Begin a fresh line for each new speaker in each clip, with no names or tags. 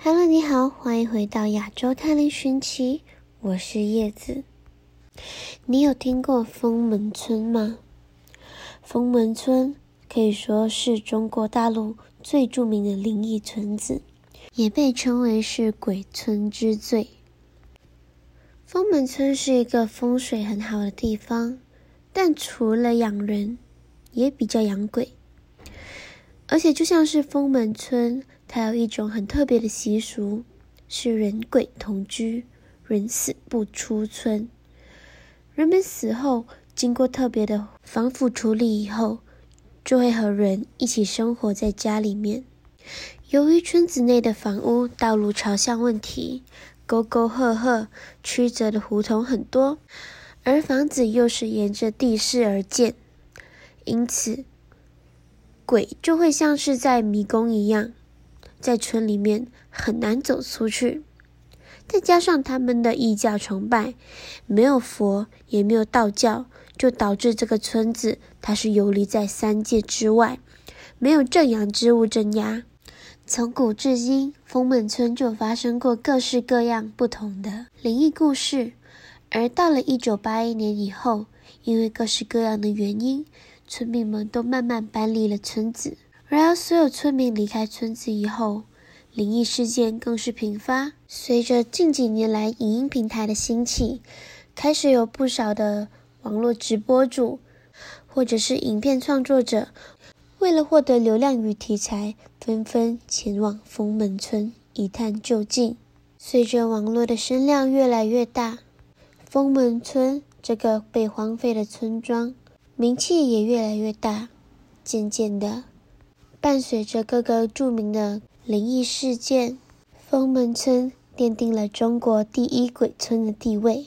Hello， 你好，欢迎回到亚洲探灵寻奇，我是叶子。你有听过封门村吗？封门村可以说是中国大陆最著名的灵异村子，也被称为是鬼村之最。封门村是一个风水很好的地方，但除了养人，也比较养鬼。而且就像是封门村，它有一种很特别的习俗，是人鬼同居，人死不出村。人们死后经过特别的防腐处理以后，就会和人一起生活在家里面。由于村子内的房屋道路朝向问题，沟沟壑壑曲折的胡同很多，而房子又是沿着地势而建，因此鬼就会像是在迷宫一样，在村里面很难走出去。再加上他们的异教崇拜，没有佛也没有道教，就导致这个村子它是游离在三界之外，没有正阳之物镇压。从古至今，封门村就发生过各式各样不同的灵异故事。而到了1981年以后，因为各式各样的原因，村民们都慢慢搬离了村子。然而所有村民离开村子以后，灵异事件更是频发。随着近几年来影音平台的兴起，开始有不少的网络直播主或者是影片创作者，为了获得流量与题材，纷纷前往封门村一探究竟。随着网络的声量越来越大，封门村这个被荒废的村庄名气也越来越大。渐渐的，伴随着各个著名的灵异事件，封门村奠定了中国第一鬼村的地位。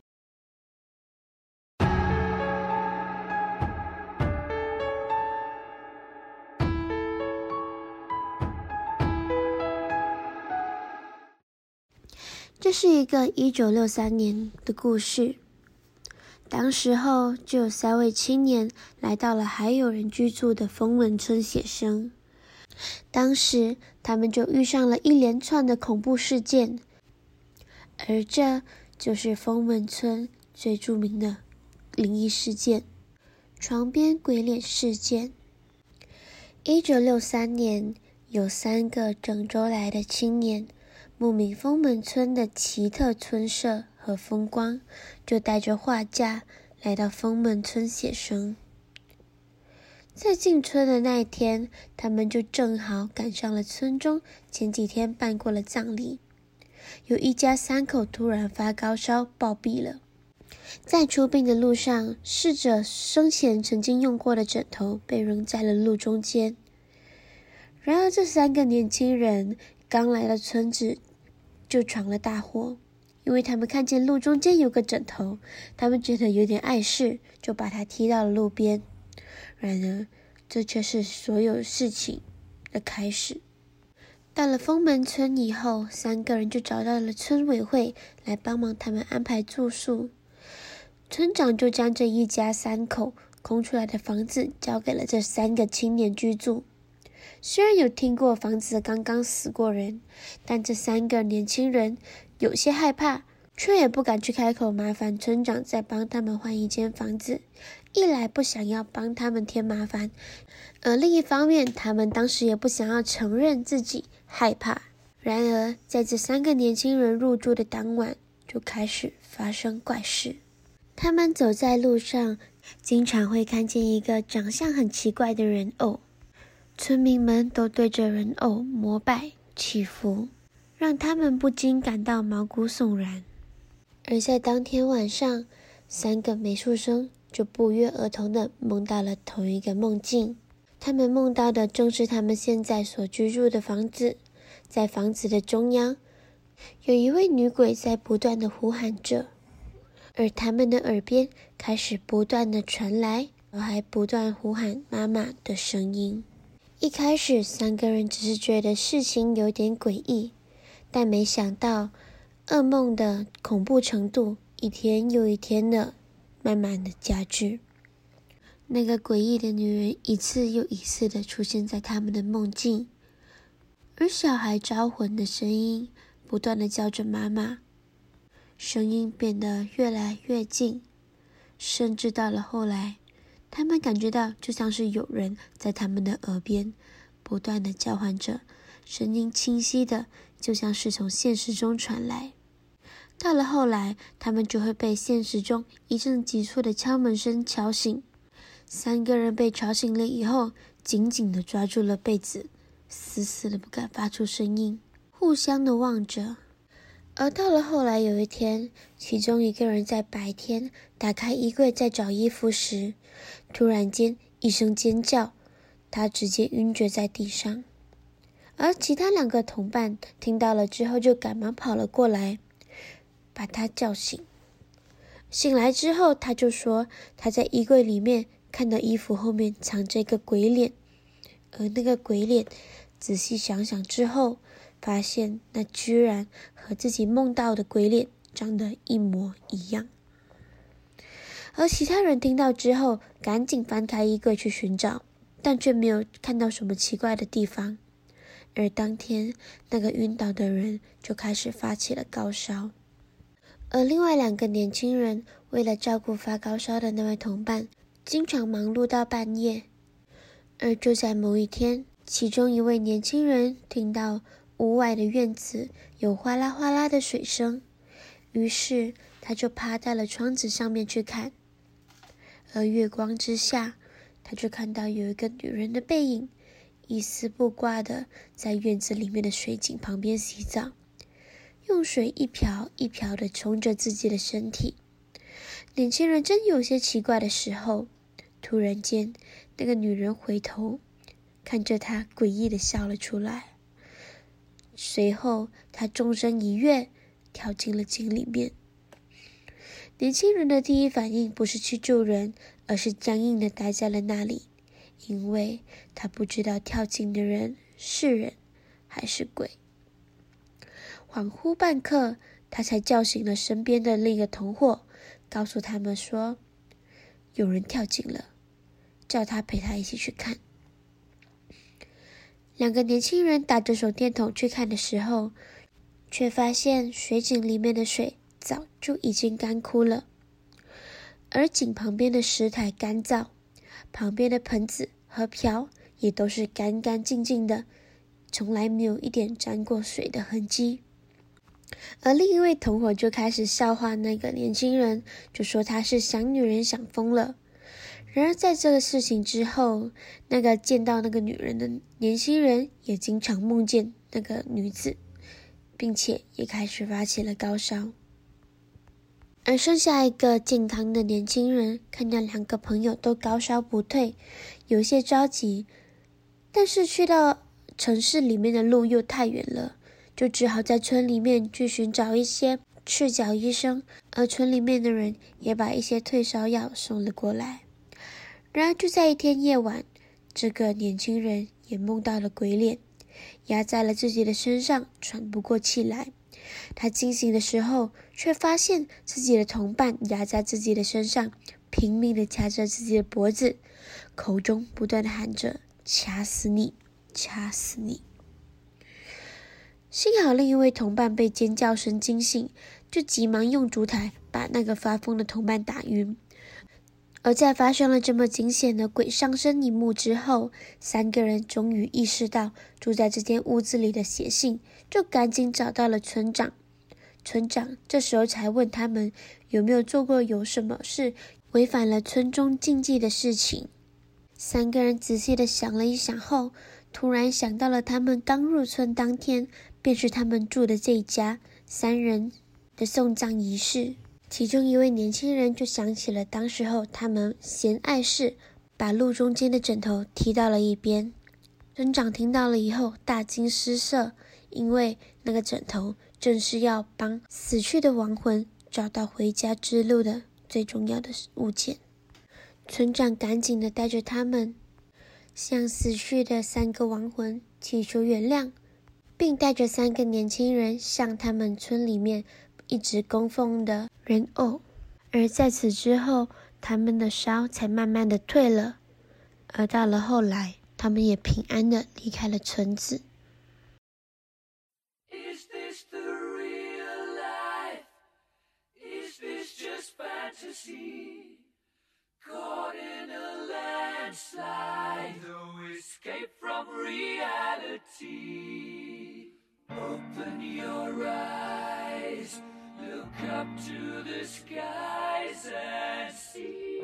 这是一个1963年的故事。当时候就有3位青年来到了还有人居住的封门村写生。当时他们就遇上了一连串的恐怖事件，而这就是封门村最著名的灵异事件——床边鬼脸事件。1963年，有3个郑州来的青年慕名封门村的奇特村舍和风光，就带着画架来到封门村写生。在进村的那一天，他们就正好赶上了村中前几天办过了葬礼，有一家3口突然发高烧暴毙了。在出殡的路上，逝者生前曾经用过的枕头被扔在了路中间。然而这3个年轻人刚来到村子就闯了大祸，因为他们看见路中间有个枕头，他们觉得有点碍事，就把它踢到了路边。然而这却是所有事情的开始。到了封门村以后，3个人就找到了村委会来帮忙他们安排住宿。村长就将这一家3口空出来的房子交给了这3个青年居住。虽然有听过房子刚刚死过人，但这3个年轻人有些害怕，却也不敢去开口麻烦村长再帮他们换一间房子。一来不想要帮他们添麻烦，而另一方面他们当时也不想要承认自己害怕。然而在这3个年轻人入住的当晚，就开始发生怪事。他们走在路上，经常会看见一个长相很奇怪的人偶，村民们都对着人偶膜拜祈福，让他们不禁感到毛骨悚然。而在当天晚上，3个美术生就不约而同地梦到了同一个梦境。他们梦到的正是他们现在所居住的房子。在房子的中央，有一位女鬼在不断地呼喊着，而他们的耳边开始不断地传来还不断呼喊妈妈的声音。一开始3个人只是觉得事情有点诡异，但没想到噩梦的恐怖程度一天又一天的慢慢的加剧。那个诡异的女人一次又一次的出现在他们的梦境， 而小孩招魂的声音不断地叫着妈妈，声音变得越来越近，甚至到了后来，他们感觉到就像是有人在他们的耳边不断地叫唤着，声音清晰的就像是从现实中传来。到了后来，他们就会被现实中一阵急促的敲门声敲醒。3个人被吵醒了以后，紧紧地抓住了被子，死死的不敢发出声音，互相的望着。而到了后来有一天，其中一个人在白天打开衣柜在找衣服时，突然间一声尖叫，他直接晕厥在地上。而其他2个同伴听到了之后就赶忙跑了过来，把他叫醒。醒来之后，他就说他在衣柜里面看到衣服后面藏着一个鬼脸，而那个鬼脸仔细想想之后，发现那居然和自己梦到的鬼脸长得一模一样。而其他人听到之后赶紧翻开衣柜去寻找，但却没有看到什么奇怪的地方。而当天那个晕倒的人就开始发起了高烧。而另外2个年轻人为了照顾发高烧的那位同伴，经常忙碌到半夜。而就在某一天，其中一位年轻人听到屋外的院子有哗啦哗啦的水声，于是他就趴在了窗子上面去看。而月光之下，他就看到有一个女人的背影，一丝不挂的在院子里面的水井旁边洗澡，用水一瓢一瓢的冲着自己的身体。年轻人真有些奇怪的时候，突然间那个女人回头看着他，诡异的笑了出来。随后他纵身一跃，跳进了井里面。年轻人的第一反应不是去救人，而是僵硬的待在了那里，因为他不知道跳井的人是人还是鬼。恍惚半刻，他才叫醒了身边的另一个同伙，告诉他们说有人跳井了，叫他陪他一起去看。2个年轻人打着手电筒去看的时候，却发现水井里面的水早就已经干枯了，而井旁边的石台干燥，旁边的盆子和瓢也都是干干净净的，从来没有一点沾过水的痕迹。而另一位同伙就开始笑话那个年轻人，就说他是想女人想疯了。然而在这个事情之后，那个见到那个女人的年轻人也经常梦见那个女子，并且也开始发起了高烧。而剩下一个健康的年轻人看到2个朋友都高烧不退，有些着急，但是去到城市里面的路又太远了，就只好在村里面去寻找一些赤脚医生，而村里面的人也把一些退烧药送了过来。然而就在一天夜晚，这个年轻人也梦到了鬼脸，压在了自己的身上，喘不过气来。他惊醒的时候，却发现自己的同伴压在自己的身上，拼命地掐着自己的脖子，口中不断地喊着掐死你，掐死你。幸好另一位同伴被尖叫声惊醒，就急忙用烛台把那个发疯的同伴打晕。而在发生了这么惊险的鬼上身一幕之后，3个人终于意识到住在这间屋子里的邪性，就赶紧找到了村长。村长这时候才问他们有没有做过有什么事违反了村中禁忌的事情。3个人仔细的想了一想后，突然想到了他们刚入村当天便是他们住的这一家3人的送葬仪式。其中一位年轻人就想起了当时候他们闲碍事，把路中间的枕头踢到了一边。村长听到了以后大惊失色，因为那个枕头正是要帮死去的亡魂找到回家之路的最重要的物件。村长赶紧的带着他们向死去的3个亡魂祈求原谅，并带着3个年轻人向他们村里面一直供奉的人偶。而在此之后，他们的烧才慢慢的退了，而到了后来，他们也平安的离开了村子。
Is this the real life? Is this just fantasy? Caught in a landslide, no escape from reality. Open your eyes, look up to the skies and see.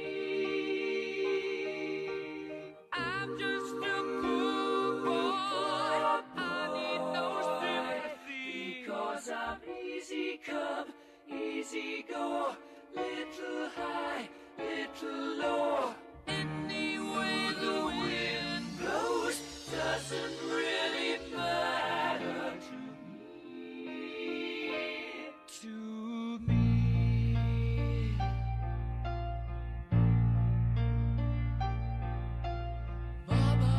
I'm just a poor boy, I need no sympathy, because I'm easy come, easy go, little high, little low. Any way the wind blows doesn't really matter to me. To me. Mama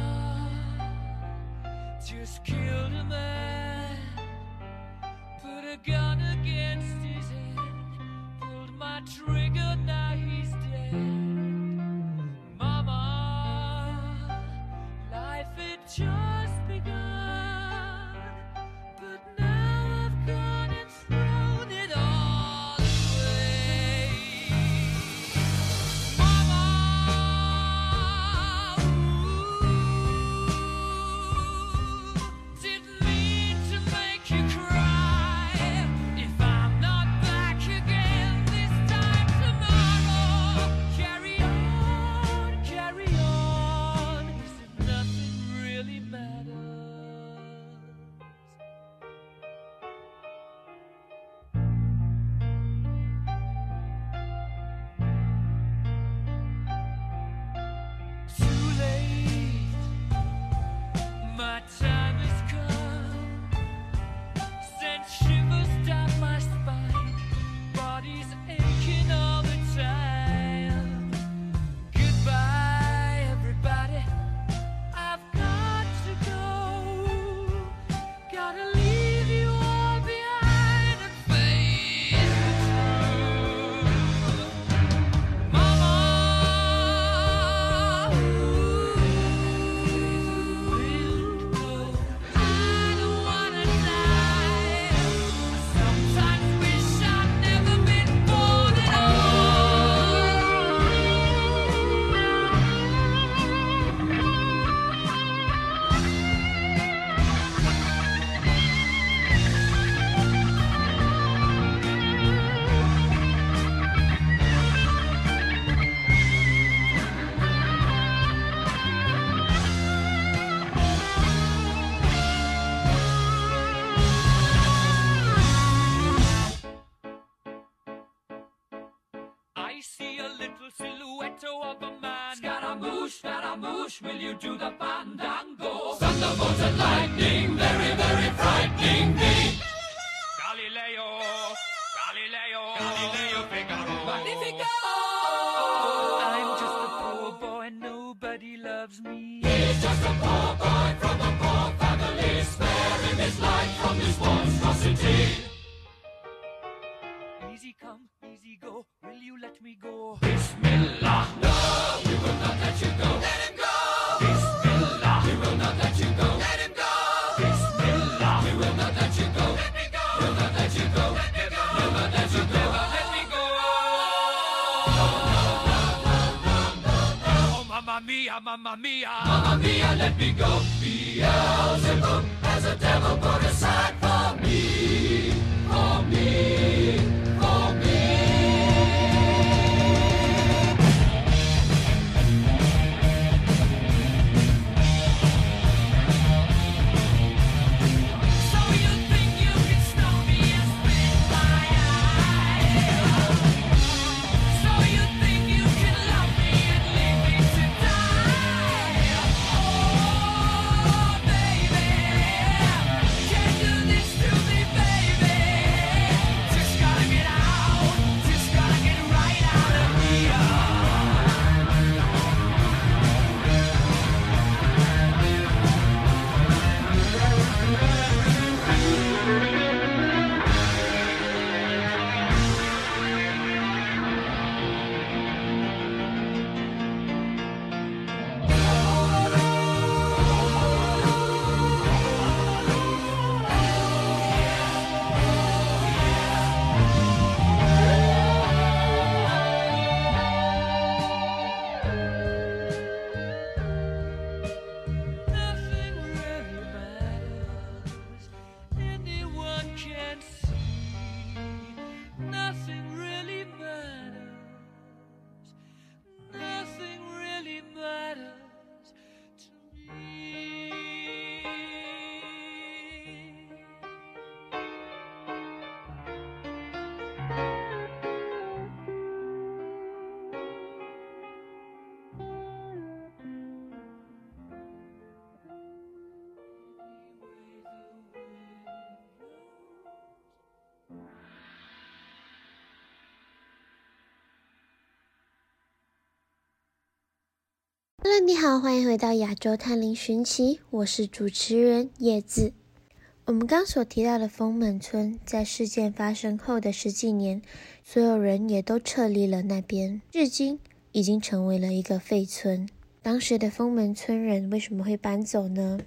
just killed a man, put a gun against his head, pulled my trigger, now he's dead. Mama, life had just begun, but now I've gone and thrown it all away. Mama, didn't mean to make you cry. If I'm not back again this time tomorrow, carry on, carry on, as if nothing really matters. Too late, my time has come. Sent shivers down my spine, body's aching all the time. Goodbye, everybody, I've got to go. Gotta leave you all behind and face the truth. Mama, I don't wanna die. I sometimes wish I'd never been born at I see a little silhouette of a man. Scaramouche, will you do the fandango? Thunderbolts and lightning, very, very frightening me. Galileo, Figaro. Magnifico! I'm just a poor boy, nobody loves me. He's just a poor boy from a poor family, sparing his life from this monstrosity. Easy come, easy go, will you let me go? Bismillah, no, we will not let you go. Let him go! Bismillah, we will not let you go. Let him go! Bismillah, we will not let you go. Let me go! We'll not let you go. Let me go! Never let you go. Never let me go. No, no, no, no, no, no, no. Oh, mamma mia, mamma mia. Mamma mia, let me go. Beelzebub has a devil put aside for me. For me. For me. So you think you can stop me and spit my eye? So you think you can love me and leave me to die? Oh, baby,
Hello， 你好，欢迎回到亚洲探灵寻奇，我是主持人叶子。我们刚所提到的丰门村，在事件发生后的10几年，所有人也都撤离了那边，至今已经成为了一个废村。当时的丰门村人为什么会搬走呢？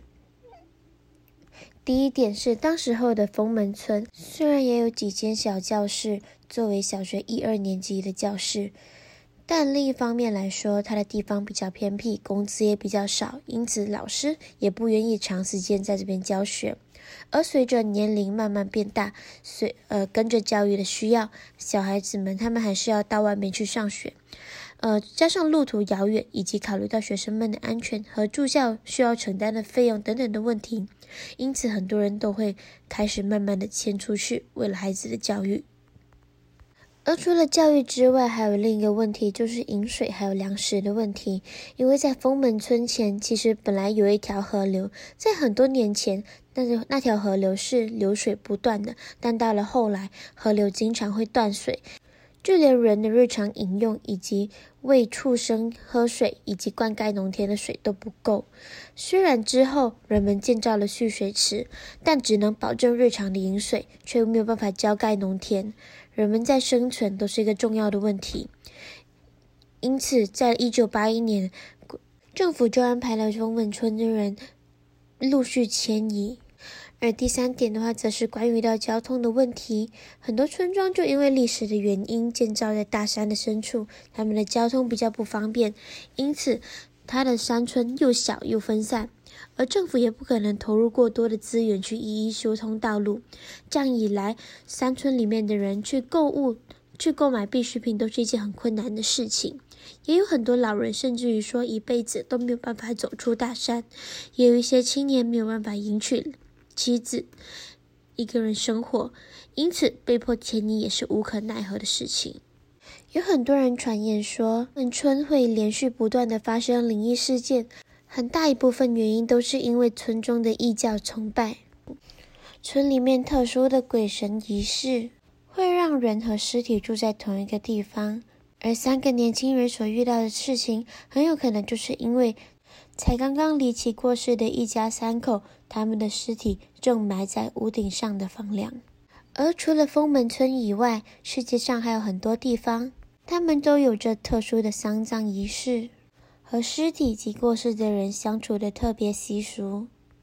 第一点是，当时候的丰门村虽然也有几间小教室作为小学1、2年级的教室，但另一方面来说，它的地方比较偏僻，工资也比较少，因此老师也不愿意长时间在这边教学。而随着年龄慢慢变大，跟着教育的需要，小孩子们他们还是要到外面去上学。加上路途遥远，以及考虑到学生们的安全和助教需要承担的费用等等的问题，因此很多人都会开始慢慢的迁出去，为了孩子的教育。而除了教育之外，还有另一个问题，就是饮水还有粮食的问题。因为在丰门村前，其实本来有一条河流，在很多年前，但是那条河流是流水不断的，但到了后来，河流经常会断水，就连人的日常饮用以及喂畜生喝水以及灌溉农田的水都不够。虽然之后人们建造了蓄水池，但只能保证日常的饮水，却没有办法浇盖农田。人们在生存都是一个重要的问题，因此在1981年，政府就安排了丰门村的人陆续迁移。而第三点的话，则是关于到交通的问题。很多村庄就因为历史的原因建造在大山的深处，他们的交通比较不方便，因此它的山村又小又分散，而政府也不可能投入过多的资源去一一修通道路。这样一来，山村里面的人去购买必需品都是一件很困难的事情。也有很多老人甚至于说一辈子都没有办法走出大山，也有一些青年没有办法迎娶妻子，一个人生活，因此被迫迁移也是无可奈何的事情。有很多人传言说，村会连续不断的发生灵异事件，很大一部分原因都是因为村中的异教崇拜。村里面特殊的鬼神仪式会让人和尸体住在同一个地方，而3个年轻人所遇到的事情，很有可能就是因为才刚刚离奇过世的一家3口，他们的尸体正埋在屋顶上的房梁。而除了丰门村以外，世界上还有很多地方，他们都有着特殊的丧葬仪式，和尸体及过世的人相处的特别习俗。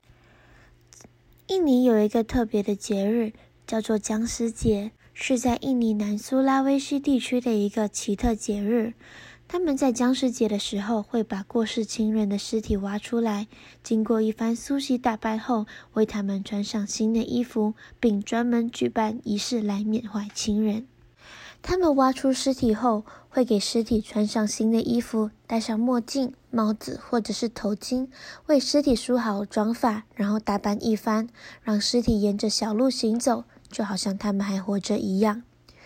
印尼有一个特别的节日，叫做僵尸节，是在印尼南苏拉威西地区的一个奇特节日。他们在僵尸节的时候，会把过世亲人的尸体挖出来，经过一番梳洗打扮后，为他们穿上新的衣服，并专门举办仪式来缅怀亲人。他们挖出尸体后，会给尸体穿上新的衣服，戴上墨镜、帽子或者是头巾，为尸体梳好妆发，然后打扮一番，让尸体沿着小路行走，就好像他们还活着一样。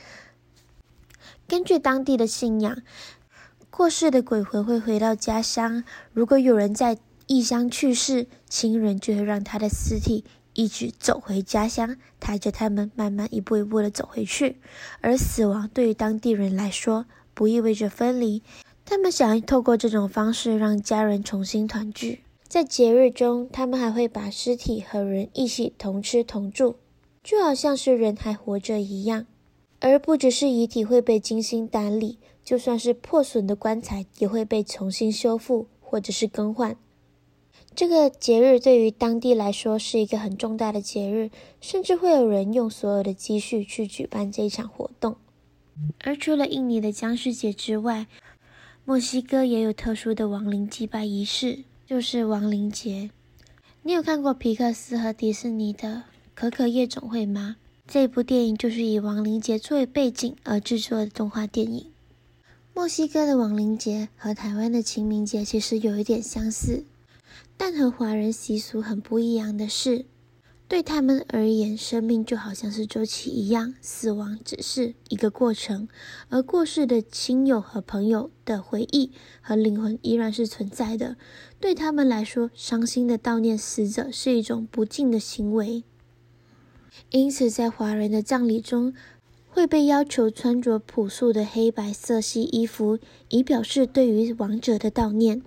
根据当地的信仰，过世的鬼魂会回到家乡，如果有人在异乡去世，亲人就会让他的尸体一直走回家乡，抬着他们慢慢一步一步的走回去。而死亡对于当地人来说不意味着分离，他们想要透过这种方式让家人重新团聚。在节日中，他们还会把尸体和人一起同吃同住，就好像是人还活着一样。而不只是遗体会被精心打理，就算是破损的棺材也会被重新修复或者是更换。这个节日对于当地来说是一个很重大的节日，甚至会有人用所有的积蓄去举办这一场活动。而除了印尼的僵尸节之外，墨西哥也有特殊的亡灵祭拜仪式，就是亡灵节。你有看过皮克斯和迪士尼的可可夜总会吗？这部电影就是以亡灵节作为背景而制作的动画电影。墨西哥的亡灵节和台湾的清明节其实有一点相似，但和华人习俗很不一样的是，对他们而言，生命就好像是周期一样，死亡只是一个过程，而过世的亲友和朋友的回忆和灵魂依然是存在的。对他们来说，伤心的悼念死者是一种不敬的行为。因此在华人的葬礼中，会被要求穿着朴素的黑白色系衣服，以表示对于亡者的悼念。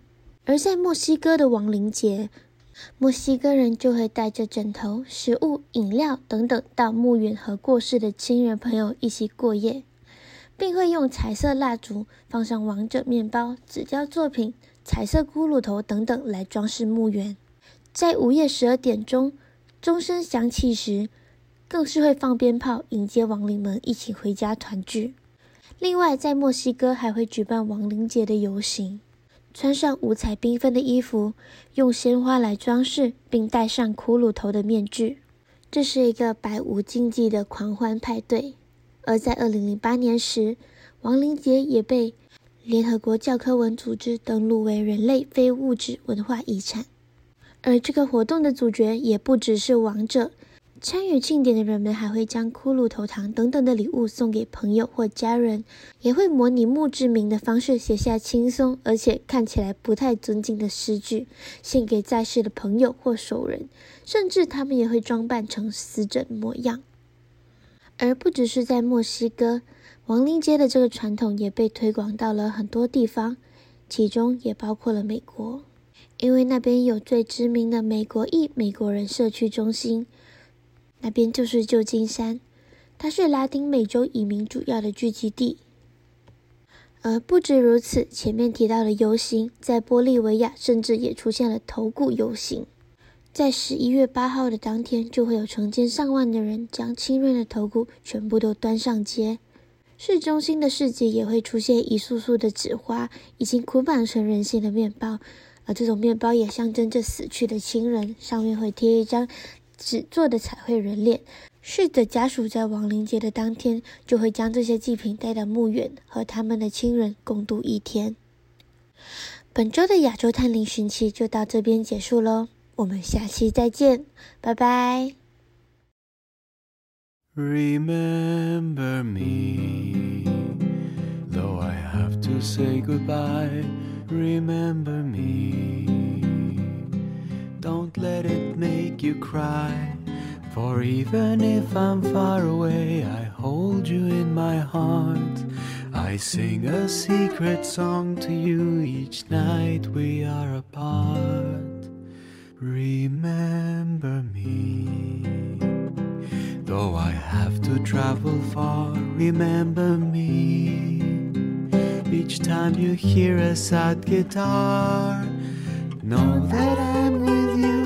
而在墨西哥的亡灵节，墨西哥人就会带着枕头、食物、饮料等等到墓园和过世的亲人朋友一起过夜，并会用彩色蜡烛放上亡者面包、纸雕作品、彩色骷髅头等等来装饰墓园。在午夜12点钟钟声响起时，更是会放鞭炮迎接亡灵们一起回家团聚。另外，在墨西哥还会举办亡灵节的游行，穿上五彩缤纷的衣服，用鲜花来装饰，并戴上骷髅头的面具。这是一个百无禁忌的狂欢派对。而在2008年时，亡灵节也被联合国教科文组织登录为人类非物质文化遗产。而这个活动的主角也不只是亡者，参与庆典的人们还会将骷髅头糖等等的礼物送给朋友或家人，也会模拟墓志铭的方式写下轻松而且看起来不太尊敬的诗句，献给在世的朋友或熟人，甚至他们也会装扮成死者的模样。而不只是在墨西哥，亡灵节的这个传统也被推广到了很多地方，其中也包括了美国。因为那边有最知名的美国裔美国人社区中心，那边就是旧金山，它是拉丁美洲移民主要的聚集地。而不止如此，前面提到的游行，在玻利维亚甚至也出现了头骨游行。在11月8号的当天，就会有成千上万的人将亲人的头骨全部都端上街。市中心的市集也会出现一束束的纸花，已经捆绑成人形的面包，而这种面包也象征着死去的亲人，上面会贴一张纸做的彩绘人脸。逝者家属在亡灵节的当天，就会将这些祭品带到墓园，和他们的亲人共度一天。本周的亚洲探灵寻奇就到这边结束咯，我们下期再见，拜拜。
Remember me, though I have to say goodbye. Remember me, don't let it make you cry. For even if I'm far away, I hold you in my heart. I sing a secret song to you each night we are apart. Remember me, though I have to travel far. Remember me, each time you hear a sad guitar. Know that I'm with you